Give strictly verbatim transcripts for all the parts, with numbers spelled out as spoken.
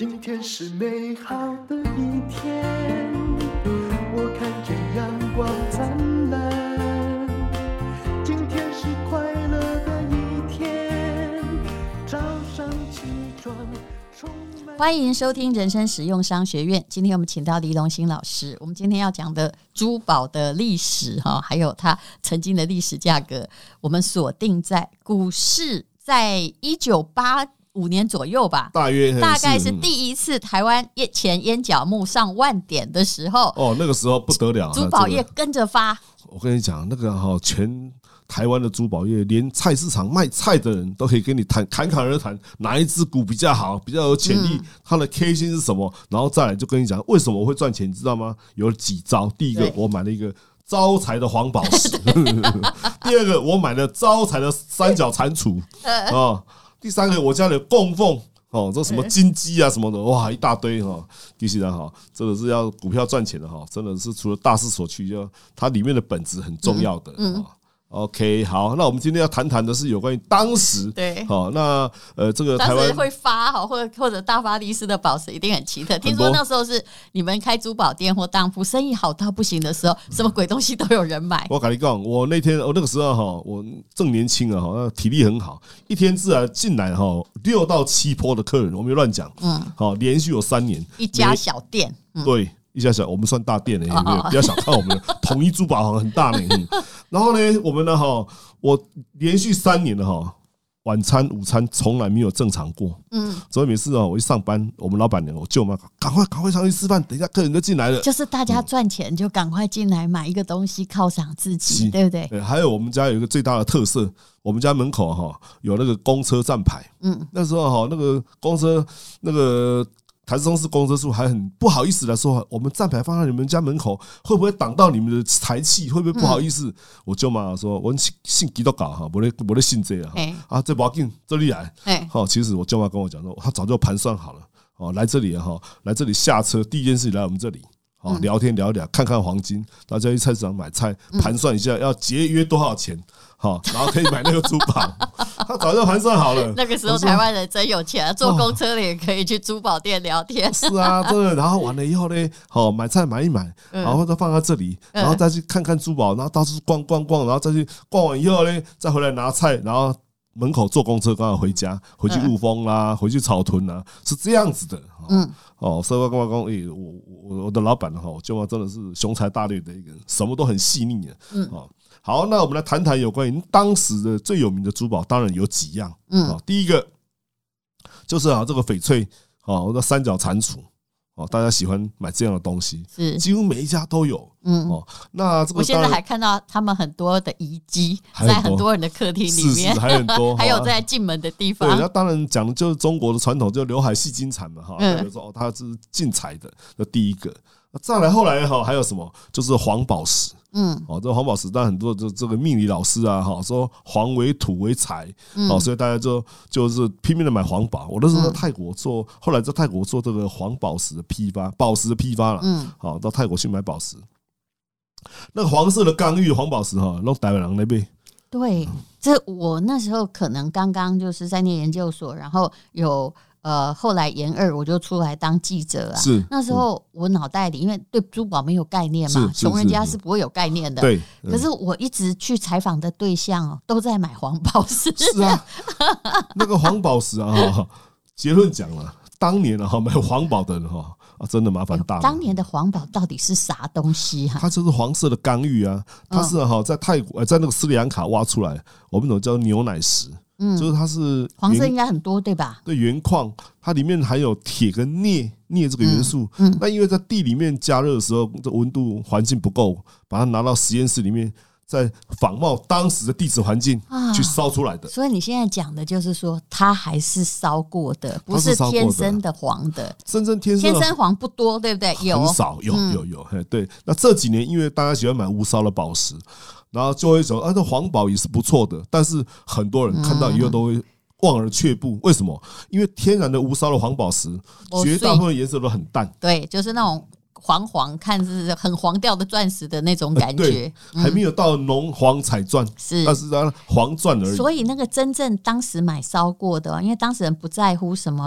今天是美好的一天，我看见阳光灿烂。今天是快乐的一天，早上起床充满。 欢迎收听人生实用商学院。今天我们请到黎龙兴老师，我们今天要讲的珠宝的历史还有它曾经的历史价格，我们锁定在股市，在一九八五年左右吧， 大约大概是第一次台湾前烟角木上万点的时候。 哦，那个时候不得了， 珠宝业跟着发。 我跟你讲，那个哈，全台湾的珠宝业，连菜市场卖菜的人都可以跟你谈侃侃而谈，哪一只股比较好，比较有潜力，嗯、它的 K 线是什么，然后再来就跟你讲为什么我会赚钱，你知道吗？有几招。第一个，我买了一个招财的黄宝石；第二个，我买了招财的三角蟾蜍啊。第三个，我家里供奉哦，这什么金鸡啊什么的，哇，一大堆哈。其实呢，哈，这个是要股票赚钱的哈，真的是除了大势所趋，就它里面的本质很重要的。嗯。嗯OK， 好，那我们今天要谈谈的是有关于当时， 对， 好，那呃，这个台湾当时会发哈，或者或者大发利市的宝石一定很奇特。听说那时候是你们开珠宝店或当铺，生意好到不行的时候，什么鬼东西都有人买。 我跟你讲，我那天我那个时候哈，我正年轻啊，哈，体力很好，一天自然进来哈六到七波的客人，我没有乱讲，嗯，好，连续有三年， 一家小店， 嗯、对。一家小，我们算大店了，欸，不要小看我们统一珠宝行很大呢，欸。然后呢，我们呢哈，我连续三年了哈，晚餐、午餐从来没有正常过。嗯，所以每次哦，我一上班，我们老板娘、我舅妈，赶快赶快上去吃饭，等一下客人就进来了。 就是大家赚钱就赶快进来买一个东西犒赏自己，对不对？ 对。还有我们家有一个最大的特色，我们家门口哈有那个公车站牌。嗯，那时候哈那个公车那个。台中市公车处还很不好意思来说，我们站牌放在你们家门口，会不会挡到你们的财气？会不会不好意思？嗯、我舅妈说，我信基督教哈，不咧不咧信这啊，欸、啊，这不要紧，这里来。好，欸，其实我舅妈跟我讲说，她早就盘算好了，哦，来这里哈，来这里下车，第一件事来我们这里。哦，聊天聊一聊，看看黄金，大家去菜市场买菜，盘算一下要节约多少钱，好，然后可以买那个珠宝。他早就盘算好了。 那个时候台湾人真有钱，坐公车的也可以去珠宝店聊天。 是啊，真的。然后完了以后呢，好买菜买一买，然后再放在这里，然后再去看看珠宝，然后到处逛逛逛，然后再去逛完以后呢，再回来拿菜，然后门口坐公车刚好回家，回去雾峰啦，回去草屯啦，是这样子的。嗯。哦，所以我跟我讲，诶，我我我的老板哈，我舅妈真的是雄才大略的一个人，什么都很细腻的。嗯，哦，好，那我们来谈谈有关于当时的最有名的珠宝，当然有几样。嗯，哦，第一个就是啊，这个翡翠，哦，那三角蟾蜍。哦，大家喜欢买这样的东西，是几乎每一家都有。嗯，哦，那这个我现在还看到他们很多的遗迹，在很多人的客厅里面， 是是还很多， 还有在进门的地方。 对，那当然讲的就是中国的传统，就刘海细金蚕嘛，哈，比如说哦，它是进财的，这第一个。再来后来哈，还有什么？就是黄宝石。嗯，哦，这个黄宝石，但很多的这个命理老师啊，哈，说黄为土为财，哦，所以大家就就是拼命的买黄宝。我那时候在泰国做，后来在泰国做这个黄宝石的批发，宝石的批发了。嗯，好，到泰国去买宝石，那个黄色的刚玉黄宝石哈，弄台湾人那边。 对，这我那时候可能刚刚就是在念研究所，然后有。呃，后来研二我就出来当记者啊。是那时候我脑袋里因为对珠宝没有概念嘛，穷人家是不会有概念的。对，可是我一直去采访的对象哦，都在买黄宝石。 是啊，那个黄宝石啊，结论讲了，当年啊买黄宝的人哈啊，真的麻烦大了。 当年的黄宝到底是啥东西哈、啊？ 它就是黄色的刚玉啊，它是哈在泰国在那个斯里兰卡挖出来，我们那种叫牛奶石。嗯，就是它是黄色应该很多对吧？ 对，原矿它里面含有铁跟镍镍这个元素。嗯，那、嗯、因为在地里面加热的时候，这温度环境不够，把它拿到实验室里面，再仿冒当时的地质环境去烧出来的。 啊、所以你现在讲的就是说，它还是烧过的，不是天生的黄的。 真正天生天生黄不多，对不对？有很少，有有有。嗯、对，那这几年因为大家喜欢买无烧的宝石。然后就会说啊，这黄宝也是不错的，但是很多人看到以后都会望而却步。为什么？因为天然的无烧的黄宝石，绝大部分颜色都很淡， 对，就是那种黄黄，看是很黄调的钻石的那种感觉，呃对嗯、还没有到浓黄彩钻，是，但是它黄钻而已。 所以那个真正当时买烧过的，因为当时人不在乎什么。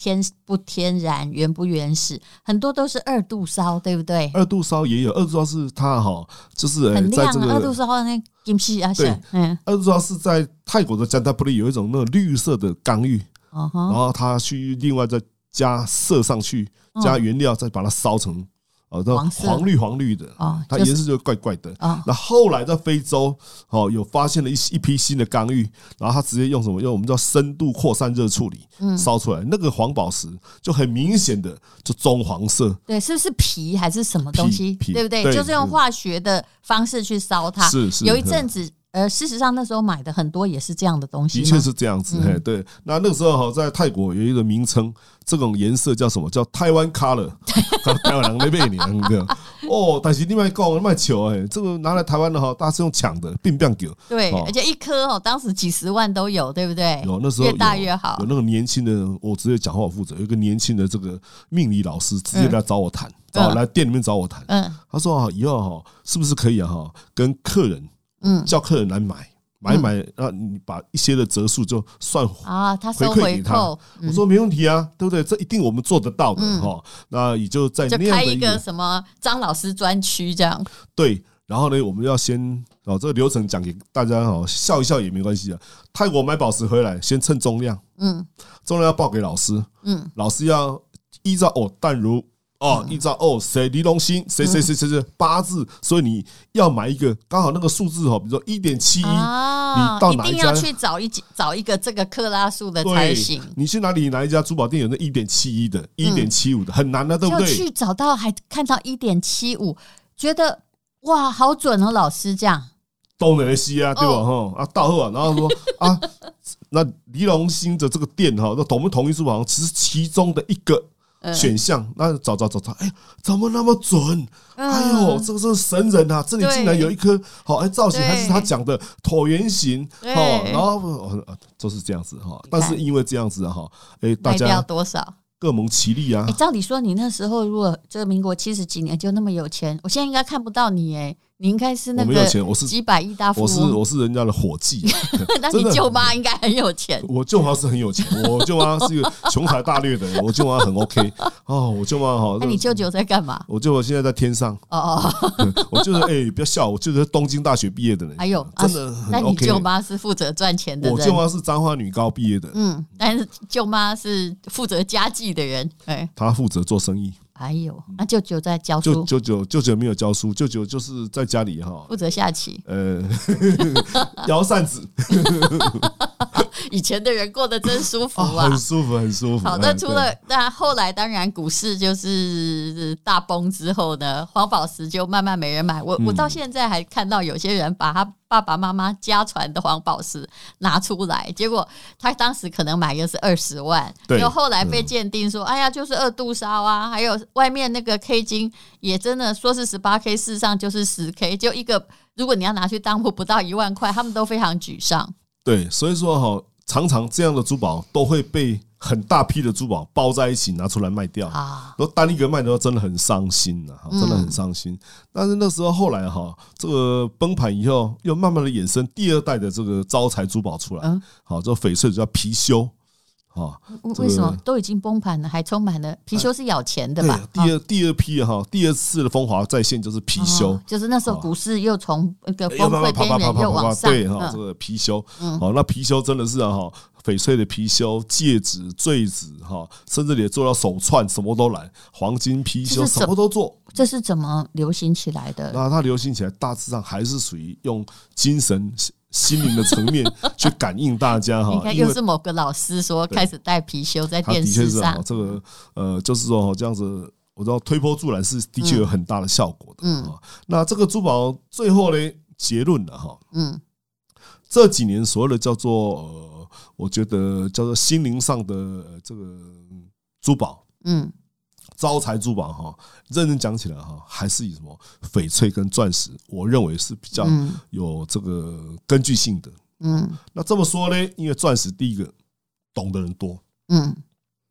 天不天然，原不原始，很多都是二度烧，对不对？ 二度烧也有，二度烧是它哈，就是很亮、啊。 在这个二度烧的那金细啊， 对， 嗯， 二度烧是在泰国的加达布里有一种那种绿色的刚玉， 哦、 然后它去另外再加色上去，加原料再把它烧成。哦，那黄绿黄绿的，哦，它颜色就怪怪的。哦，那后来在非洲，哦，有发现了一一批新的刚玉，然后它直接用什么？用我们叫深度扩散热处理，嗯，烧出来那个黄宝石就很明显的就棕黄色。 对，是不是皮还是什么东西？对不对？对，就是用化学的方式去烧它。 是是， 有一阵子。呃，事实上那时候买的很多也是这样的东西， 的确是这样子。嘿，对，那那个时候哈，在泰国有一个名称，这种颜色叫什么？叫台湾 color， 台湾人那边年对哦，但是另外讲卖球哎，这个拿来台湾的哈，大家是用抢的，并不给。 对，而且一颗哦，当时几十万都有，对不对？ 有那时候越大越好。 有那个年轻的，我直接讲话我负责，有一个年轻的这个命理老师直接来找我谈，找我来店里面找我谈。嗯，他说啊，以后哈是不是可以啊哈跟客人。嗯，叫客人来买，买买，然后你把一些的折数就算啊，他回馈给他。我说没问题啊，对不对？这一定我们做得到的哈。那也就在那样的就开一个什么张老师专区这样。 对，然后呢，我们要先哦，这个流程讲给大家哦，笑一笑也没关系啊。泰国买宝石回来，先称重量，嗯，重量要报给老师，嗯，老师要依照哦，淡如。哦，依照哦，谁黎龙兴，谁谁谁谁谁八字，所以你要买一个刚好那个数字哦，比如说一点七一，你到哪一家一定要去找一找一个这个克拉数的才行。 你去哪里哪一家珠宝店有那一点七一的、一点七五的，很难的，对不对？ 就去找到还看到一点七五，觉得哇，好准哦，老师这样。 都能吸啊，对吧？哈啊，到后啊，然后说啊，那黎龙兴的这个店哈，那同不同意珠宝只是其中的一个。选项那找找找找，哎，怎么那么准？哎呦，这个是神人啊！这里竟然有一颗好，哎，造型还是他讲的椭圆形，哈，然后就是这样子哈。但是因为这样子哈，哎，大家多少各蒙其利啊！ 哎，照理说你那时候如果这个民国七十几年就那么有钱，我现在应该看不到你哎。你应该是那个几百亿大富翁， 我是我是人家的伙计。 那你舅妈应该很有钱。 我舅妈是很有钱，我舅妈是一个雄才大略的人，我舅妈很 OK 哦。我舅妈好， 那你舅舅在干嘛？ 我舅舅现在在天上。哦哦，我舅舅哎，不要笑，我舅舅是东京大学毕业的人。 哎呦， 真的很 OK。 那你舅妈是负责赚钱的人。 我舅妈是彰化女高毕业的。 嗯，但是舅妈是负责家计的人。哎， 她负责做生意。 哎呦，那舅舅在教书， 舅舅舅舅没有教书，舅舅就是在家里哈， 负责下棋， 呃，摇扇子。 以前的人过得真舒服啊， 很舒服，很舒服。 好，那除了那后来，当然股市就是大崩之后呢，黄宝石就慢慢没人买。我我到现在还看到有些人把他爸爸妈妈家传的黄宝石拿出来，结果他当时可能买的是二十万，就后来被鉴定说，哎呀，就是二度烧啊，还有外面那个 K 金也真的说是十八 K， 事实上就是十 K， 就一个，如果你要拿去当铺不到一万块，他们都非常沮丧。对， 所以说哈，常常这样的珠宝都会被很大批的珠宝包在一起拿出来卖掉啊，然后单一个卖的话真的很伤心啊，真的很伤心。但是那时候后来哈，这个崩盘以后，又慢慢的衍生第二代的这个招财珠宝出来，好，这翡翠叫貔貅。 哦，为什么都已经崩盘了，还充满了貔貅是咬钱的吧？ 第二第二批哈，第二次的风华再现就是貔貅， 就是那时候股市又从那个崩溃边缘又往上， 对哈，这个貔貅，好，那貔貅真的是啊哈，翡翠的貔貅、戒指、坠子哈，甚至也做到手串，什么都来，黄金貔貅什么都做。 这是怎么流行起来的？ 那它流行起来，大致上还是属于用精神。心灵的层面去感应大家哈， 应该又是某个老师说开始戴貔貅在电视上， 这个呃，就是说这样子，我知道推波助澜是的确有很大的效果的。嗯，那这个珠宝最后呢结论了哈，嗯，这几年所谓的叫做呃，我觉得叫做心灵上的这个珠宝，嗯。招财珠宝哈，认真讲起来哈，还是以什么翡翠跟钻石，我认为是比较有这个根据性的。嗯，那这么说呢，因为钻石第一个懂的人多，嗯，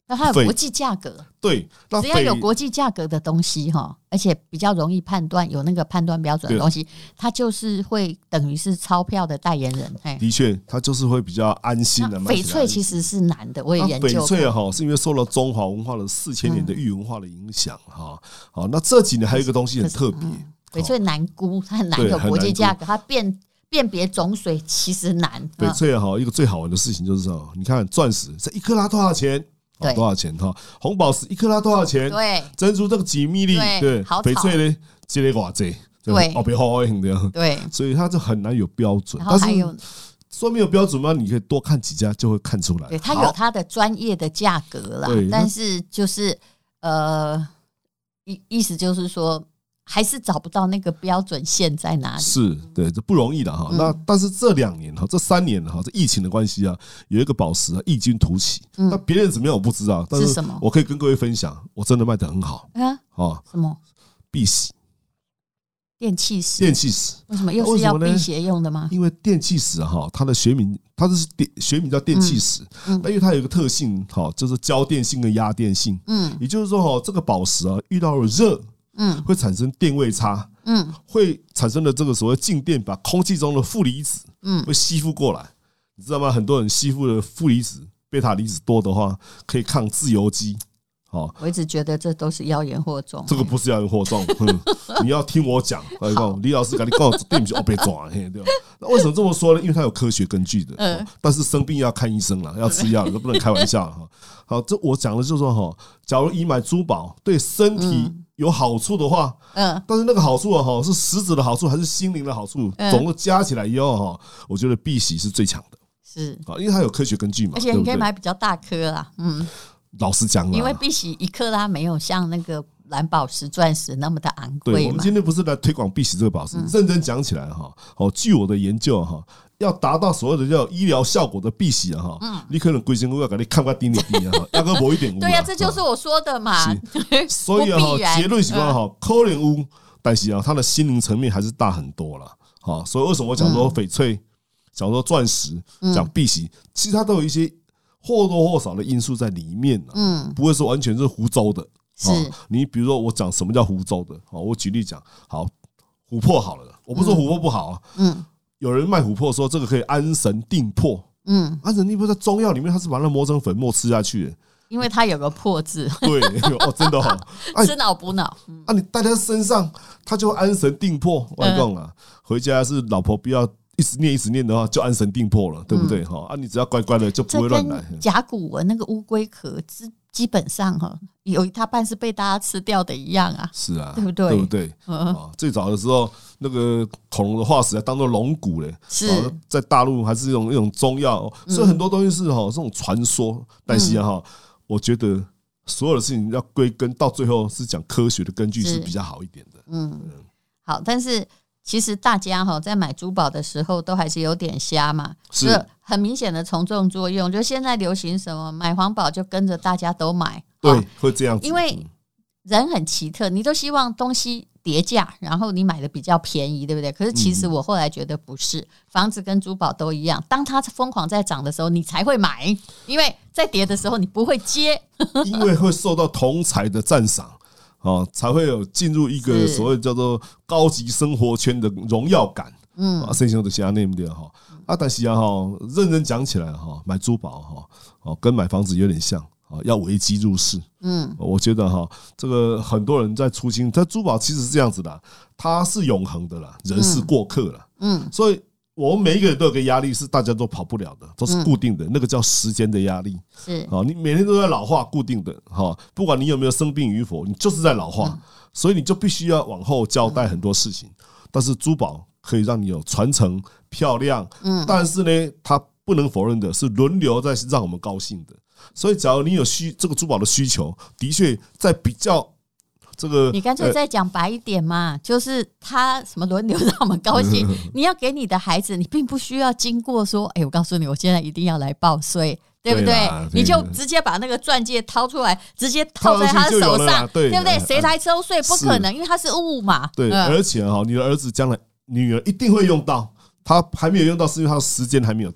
那它有国际价格， 对， 只要有国际价格的东西哈，而且比较容易判断，有那个判断标准的东西，它就是会等于是钞票的代言人。 的确，它就是会比较安心的。 翡翠其实是难的，我也研究过。 翡翠哈是因为受到中华文化的四千年的玉文化的影响哈。好，那这几年还有一个东西很特别， 翡翠难估，它很难有国际价格，它辨辨别种水其实难。 翡翠哈一个最好玩的事情就是说，你看钻石这一克拉多少钱？哦、多少钱哈？红宝石一克拉多少钱？ 对， 珍珠这个几米粒，对，翡翠呢，这个偌济， 对， 哦，别好好用的， 对， 所以它就很难有标准。但是说没有标准吗？你可以多看几家就会看出来。 对，它有它的专业的价格啦，但是就是呃，意意思就是说。还是找不到那个标准线在哪里？是对，这不容易的哈。嗯、那但是这两年哈，这三年哈，这疫情的关系啊，有一个宝石啊异军突起。嗯、那别人怎么样我不知道，但是我可以跟各位分享，我真的卖得很好啊。哦， 什么？碧玺电气石？ 电气石？ 为什么又是要辟邪用的吗？ 因为电气石哈，它的学名它是电学名叫电气石，嗯嗯、因为它有一个特性哈，就是交电性跟压电性。嗯，也就是说哈，这个宝石啊遇到了热。嗯，会产生电位差，嗯，会产生的这个所谓静电，把空气中的负离子，嗯，会吸附过来，你知道吗？很多人吸附的负离子、贝塔离子多的话，可以抗自由基。好， 我一直觉得这都是妖言惑众， 这个不是妖言惑众，嗯、你要听我讲。李老师跟你讲，对不起，我被抓，对吧？那为什么这么说呢？因为它有科学根据的，嗯、但是生病要看医生了，要吃药，都不能开玩笑哈。好，这我讲的就是说哈，假如以买珠宝对身体有好处的话，嗯，但是那个好处啊哈，是实质的好处还是心灵的好处，总共加起来以后哈，我觉得碧玺是最强的， 是啊，因为它有科学根据嘛， 而且你可以买比较大颗啦，嗯。 老实讲， 因为碧玺一克拉没有像那个蓝宝石、钻石那么的昂贵嘛。 对，我们今天不是来推广碧玺这个宝石，嗯、认真讲起来哈，哦，据我的研究哈，要达到所谓的叫医疗效果的碧玺啊哈，嗯、你可能规身骨要给你看个低点低啊，压根无一点。 对呀、啊，这就是我说的嘛。 所以哈，结论是说哈，可能有，但是啊，它的心灵层面还是大很多了。好，所以为什么我讲说翡翠，讲说钻石，讲碧玺，其实它都有一些。或多或少的因素在里面、啊、嗯，不会说完全是湖州的。是，你比如说我讲什么叫湖州的，我举例讲，好，琥珀好了，我不说琥珀不好啊，嗯，有人卖琥珀说这个可以安神定魄，嗯，安神定魄在中药里面它是把它磨成粉末吃下去的， 因为它有个魄字， 对，哦，真的哈、 哦，吃脑补脑， 嗯、啊，你戴在身上，它就安神定魄。我跟你讲啊，回家是老婆不要。一直念一直念的话，就安神定魄了，对不对？哈、嗯、啊，你只要乖乖的，就不会乱来。 甲骨文那个乌龟壳，基基本上哈，有一大半是被大家吃掉的一样啊。 是啊， 对不对？ 对不对？嗯、啊，最早的时候，那个恐龙的化石还当做龙骨嘞，是、啊，在大陆还是一种一种中药，所以很多东西是哈这种传说。但是哈，我觉得所有的事情要归根到最后是讲科学的根据是比较好一点的。嗯，嗯好，但是。其实大家哈在买珠宝的时候都还是有点瞎嘛，是很明显的从众作用。就现在流行什么买黄宝就跟着大家都买， 对，会这样子。 因为人很奇特，你都希望东西叠价，然后你买的比较便宜，对不对？可是其实我后来觉得不是，房子跟珠宝都一样，当它疯狂在涨的时候，你才会买，因为在跌的时候你不会接， 因为会受到同财的赞赏。哦，才会有进入一个所谓叫做高级生活圈的荣耀感。嗯，啊，身上的其他那么点哈啊，但是啊哈，认真讲起来哈，买珠宝哈，哦，跟买房子有点像啊，要危机入市。嗯，我觉得哈，这个很多人在初心，但珠宝其实是这样子的，它是永恒的啦，人是过客啦。嗯，所以。我们每一个人都有个压力，是大家都跑不了的，都是固定的，嗯、那个叫时间的压力。是啊，你每天都在老化，固定的哈，不管你有没有生病与否，你就是在老化，嗯、所以你就必须要往后交代很多事情。嗯、但是珠宝可以让你有传承、漂亮，嗯，但是呢，它不能否认的是轮流在让我们高兴的。所以，假如你有需这个珠宝的需求，的确在比较。这个你干脆再讲白一点嘛，呃、就是他什么轮流让我们高兴，你要给你的孩子，你并不需要经过说，哎、欸，我告诉你，我现在一定要来报税，对不 对, 对？你就直接把那个钻戒掏出来，直接套在他的手上，对, 对不对？谁来收税？不可能，因为它是物嘛。 对，嗯、而且哈，你的儿子将来、女儿一定会用到，他还没有用到，是因为他的时间还没有到。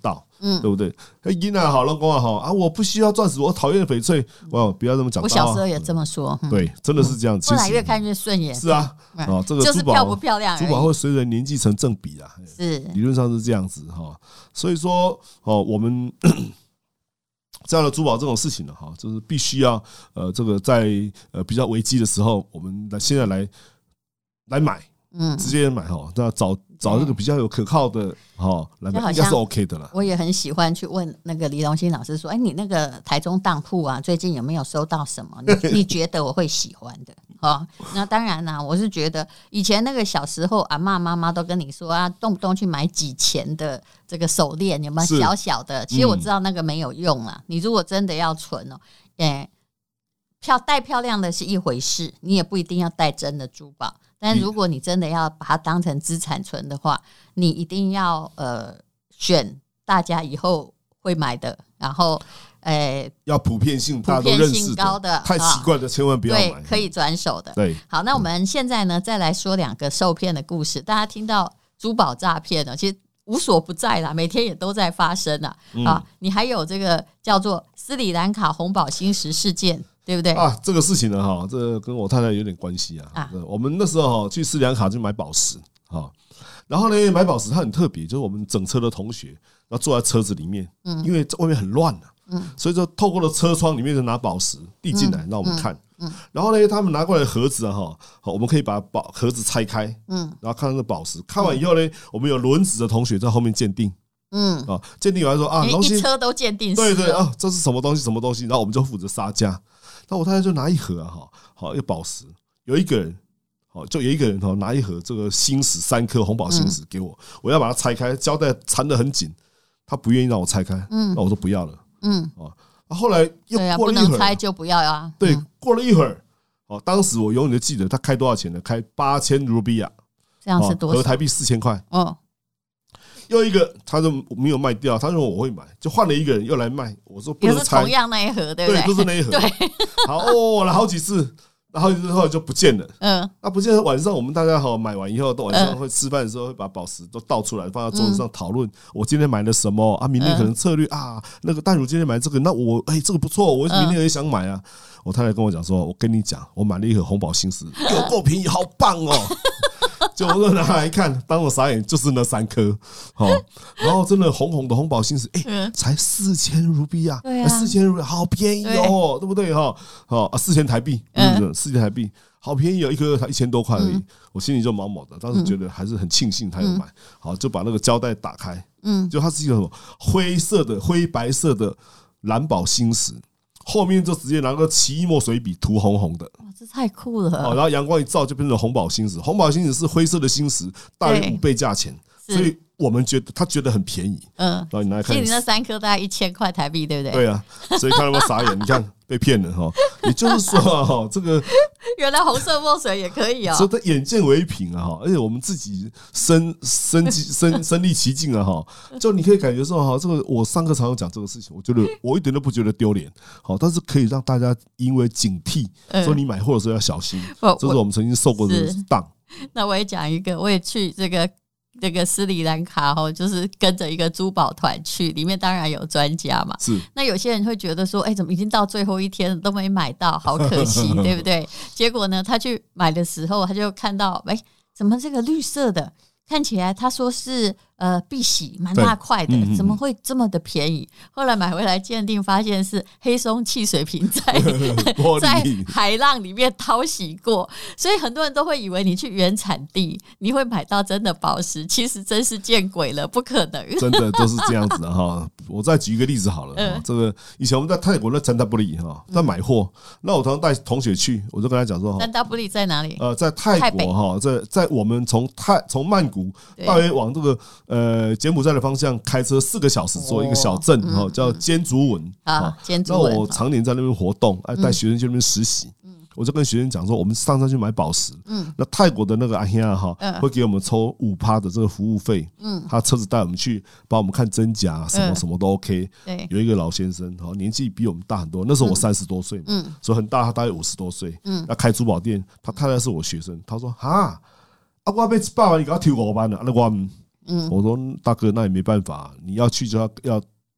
嗯，对不对？哎，囡仔好，老公啊好啊，我不需要钻石，我讨厌翡翠。哇，不要这么讲。 我小时候也这么说。嗯、 对，真的是这样。 后来越看越顺眼。 是啊，哦，这个就是漂不漂亮， 珠宝会随人年纪成正比啊。 是， 理论上是这样子哈。所以说，哦，我们这样的珠宝这种事情呢，哈，就是必须要呃，这个在呃比较危机的时候，我们来现在来来买。嗯，直接买哈，那找找这个比较有可靠的哈来买，应该是 OK 的啦。 我也很喜欢去问那个李荣兴老师说：“哎，你那个台中当铺啊，最近有没有收到什么？你你觉得我会喜欢的？”哈，那当然啦，我是觉得以前那个小时候，阿嬷妈妈都跟你说啊，动不动去买几钱的这个手链，有没有小小的？其实我知道那个没有用啦。你如果真的要存哦，哎，漂戴漂亮的是一回事，你也不一定要戴真的珠宝。但如果你真的要把它当成资产存的话，你一定要呃选大家以后会买的，然后呃要普遍性大家都认识的， 高的， 太奇怪的千万不要买， 对，可以转手的。 对， 好，那我们现在呢再来说两个受骗的故事。大家听到珠宝诈骗呢，其实无所不在啦，每天也都在发生啦。嗯、啊，你还有这个叫做斯里兰卡红宝星石事件。对不对啊？这个事情呢，哈，这个跟我太太有点关系啊。啊我们那时候哈去斯里兰卡去买宝石，哈，然后呢买宝石它很特别，就是我们整车的同学，然后坐在车子里面，嗯，因为外面很乱啊，嗯，所以就透过了车窗里面就拿宝石递进来让我们看，嗯，嗯然后呢他们拿过来的盒子啊，哈，好，我们可以把宝盒子拆开，嗯，然后看那个宝石，看完以后呢，我们有轮值的同学在后面鉴定。嗯啊，鉴定完说啊， 一车都鉴定， 对对啊，这是什么东西什么东西，然后我们就负责杀价。那我太太就拿一盒啊，哈，好一个宝石，有一个人，好就有一个人哈拿一盒这个星石三颗红宝星石给我，我要把它拆开，胶带缠得很紧，他不愿意让我拆开，嗯，那我说不要了，嗯啊，后来又过了一会儿， 不能拆就不要啊， 对，过了一会儿，哦，当时我永远都记得他开多少钱呢？开八千卢比亚， 这样是多少？ 合台币四千块，哦。又一个，他就没有卖掉，他说我会买，就换了一个人又来卖，我说不能拆， 也是同样那一盒，对不对？ 对，都是那一盒。 对， 好哦，了好几次，然后之后就不见了。嗯，那不见了。晚上我们大家好买完以后，到晚上会吃饭的时候会把宝石都倒出来，放在桌子上讨论。我今天买了什么啊？明天可能策略啊，那个淡如今天买这个，那我哎这个不错，我明天也想买啊。我太太跟我讲说，我跟你讲，我买了一盒红宝星石，有够便宜，好棒哦。就我拿来看，当我傻眼，就是那三颗，好，然后真的红红的红宝星石，哎、欸，才四千卢比啊，四千卢比好便宜哦，对不对哈？好啊，四千台币，嗯，四千台币好便宜哦，一颗才一千多块而已，我心里就毛毛的，当时觉得还是很庆幸他有买，好，就把那个胶带打开，嗯，就它是一个什么灰色的灰白色的蓝宝星石。后面就直接拿个奇异墨水笔涂红红的， 哇，这太酷了！ 然后阳光一照就变成红宝星石。红宝星石是灰色的星石，大于五倍价钱，所以我们觉得他觉得很便宜。嗯，然后你来看， 其实你那三颗大概一千块台币，对不对？ 对啊，所以看到没有傻眼？你看被骗了哈。也就是说哈，这个原来红色墨水也可以啊， 所以他眼见为凭啊哈，而且我们自己身身身身历其境啊哈，就你可以感觉说哈，这个我上课常常讲这个事情，我觉得我一点都不觉得丢脸，好，但是可以让大家因为警惕，说你买货的时候要小心，这是我们曾经受过的当。 那我也讲一个，我也去这个。这个斯里兰卡哈，就是跟着一个珠宝团去，里面当然有专家嘛。 是， 那有些人会觉得说，哎、欸，怎么已经到最后一天了都没买到，好可惜，对不对？结果呢，他去买的时候，他就看到，哎、欸，怎么这个绿色的，看起来他说是呃碧玺，蛮大块的，怎么会这么的便宜？后来买回来鉴定，发现是黑松汽水瓶在在海浪里面淘洗过，所以很多人都会以为你去原产地你会买到真的宝石，其实真是见鬼了，不可能， 真的都是这样子的哈。我再举一个例子好了，嗯、这个以前我们在泰国的赞达布里哈，在买货，那我常常带同学去，我就跟他讲说， 赞达布里在哪里？ 呃，在泰国哈，在在我们从泰从曼谷大约往这个。呃，柬埔寨的方向开车四个小时做一个小镇哈、哦嗯，叫坚竹文啊。坚竹文，那我常年在那边活动，哎，带学生去那边实习。嗯，我就跟学生讲说，我们上山去买宝石。嗯，那泰国的那个阿兄哈，会给我们抽五趴的这个服务费。嗯，他车子带我们去，帮我们看真假，什么什么都 OK。对，有一个老先生哈，年纪比我们大很多，那时候我三十多岁嘛，嗯，所以很大，他大概五十多岁。嗯，要开珠宝店，他太太是我学生，他说哈，啊，我被爸爸你给他抽五班了，那我。嗯，我说大哥，那也没办法，你要去就要要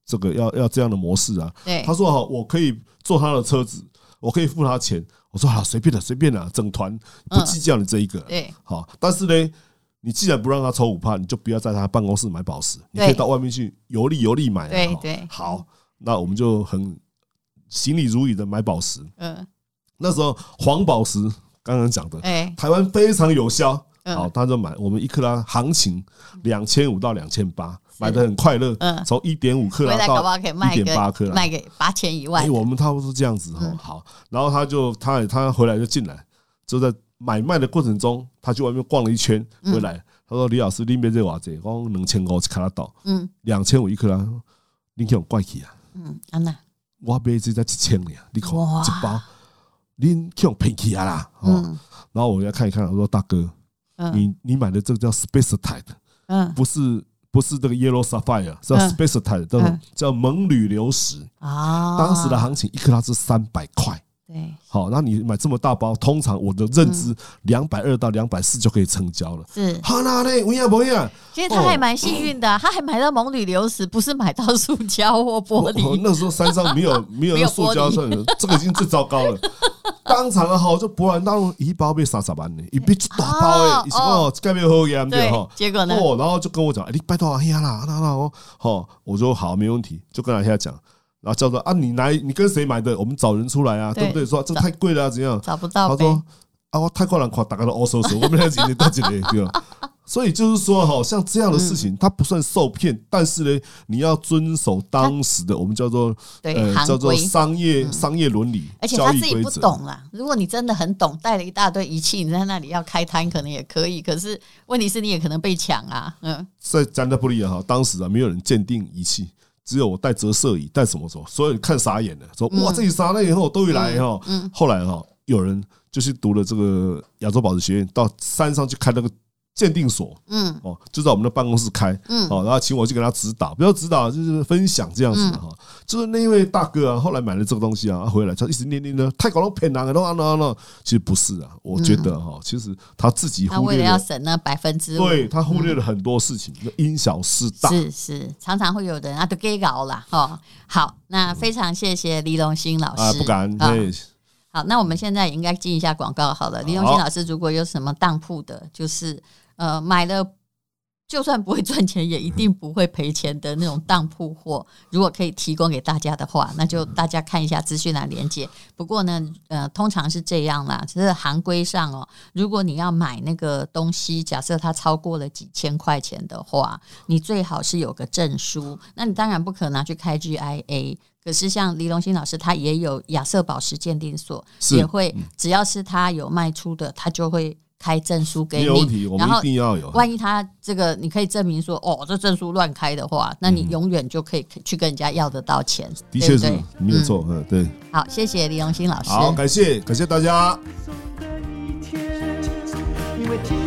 这个要要这样的模式啊。 对， 他说好，我可以坐他的车子，我可以付他钱。我说好，随便的，随便的，整团不计较你这一个。 嗯、对， 好，但是呢，你既然不让他抽五趴，你就不要在他办公室买宝石，你可以到外面去游历游历买、啊。 对对， 好，那我们就很行礼如仪的买宝石。嗯，那时候黄宝石刚刚讲的，欸、台湾非常有销。好，他就买我们一克拉行情两千五到两千八，买的很快乐。嗯，从一点五克拉到一点八克拉， 卖给八千一万。 哎，我们差不多是这样子哈。嗯、好，然后他就他他回来就进来，就在买卖的过程中，他去外面逛了一圈，回来、嗯、他说：“李老师，你买这多少钱？我讲两千五一克拉到，嗯，两千五一克拉，你看怪气啊。嗯，安娜，我买这才一千呢，你看一包，你看便宜啊啦。嗯，然后我要看一看，我说大哥。”你你买的这个叫 Spacetite， 嗯，不是不是这个 Yellow Sapphire， 叫 Spacetite， 叫、嗯、叫锰铝流石啊。当时的行情一克拉是三百块，对，好，那你买这么大包，通常我的认知两百二到两百四就可以成交了。是，好那嘞，不要不要。 其实他还蛮幸运的、啊，他还买到锰铝流石，不是买到塑胶或玻璃。 我那时候山上没有没有塑胶，这个已经最糟糕了。当场啊，好就勃然大怒，一包被三十万呢，一包一大包诶，一哦，该没有好严对哈。 结果呢？ 哦，然后就跟我讲，哎，你拜托阿兄啦，那那哦，好，我说好，没问题，就跟阿兄讲，然后叫做啊，你来，你跟谁买的？我们找人出来啊，对不对？说这个太贵了，怎样？ 找不到。 他说啊，我泰国人看大家都欧收收，我们来今天到这里对吧？所以就是说哈，像这样的事情，它不算受骗，但是呢，你要遵守当时的我们叫做呃叫做商业商业伦理， 而且他自己不懂啦。如果你真的很懂，带了一大堆仪器，你在那里要开摊可能也可以，可是问题是你也可能被抢啊。嗯，在真的不利啊，当时啊没有人鉴定仪器，只有我带折射仪，带什么时候，所有人看傻眼了，说哇这里傻了以后都会来哈。嗯，后来哈有人就是读了这个亚洲宝石学院，到山上去开那个。鉴定所，嗯，哦，就在我们的办公室开，嗯，哦，然后请我去给他指导，不要指导，就是分享这样子哈。就是那一位大哥啊，后来买了这个东西啊，回来他一直念念呢，太搞到骗人了，都啊那那，其实不是啊，我觉得哈，其实他自己忽略了，他为了要省那百分之五， 对他忽略了很多事情，因小失大， 是是，常常会有人啊都给搞啦，哈。好，那非常谢谢黎龙兴老师， 啊，不敢，对。 好，那我们现在也应该进一下广告好了。黎龙兴老师如果有什么当铺的，就是呃买了就算不会赚钱，也一定不会赔钱的那种当铺货，如果可以提供给大家的话，那就大家看一下资讯栏连结。不过呢，呃，通常是这样啦，只是行规上哦，如果你要买那个东西，假设它超过了几千块钱的话，你最好是有个证书。那你当然不可能拿去开 G I A。可是像黎龙兴老师，他也有亚瑟宝石鉴定所，也会只要是他有卖出的，他就会开证书给你。没有问题，我们一定要有。 万一他这个你可以证明说，哦，这证书乱开的话，那你永远就可以去跟人家要得到钱。 的确是，没有错，嗯，对。 好，谢谢黎龙兴老师。 好，感谢，感谢大家。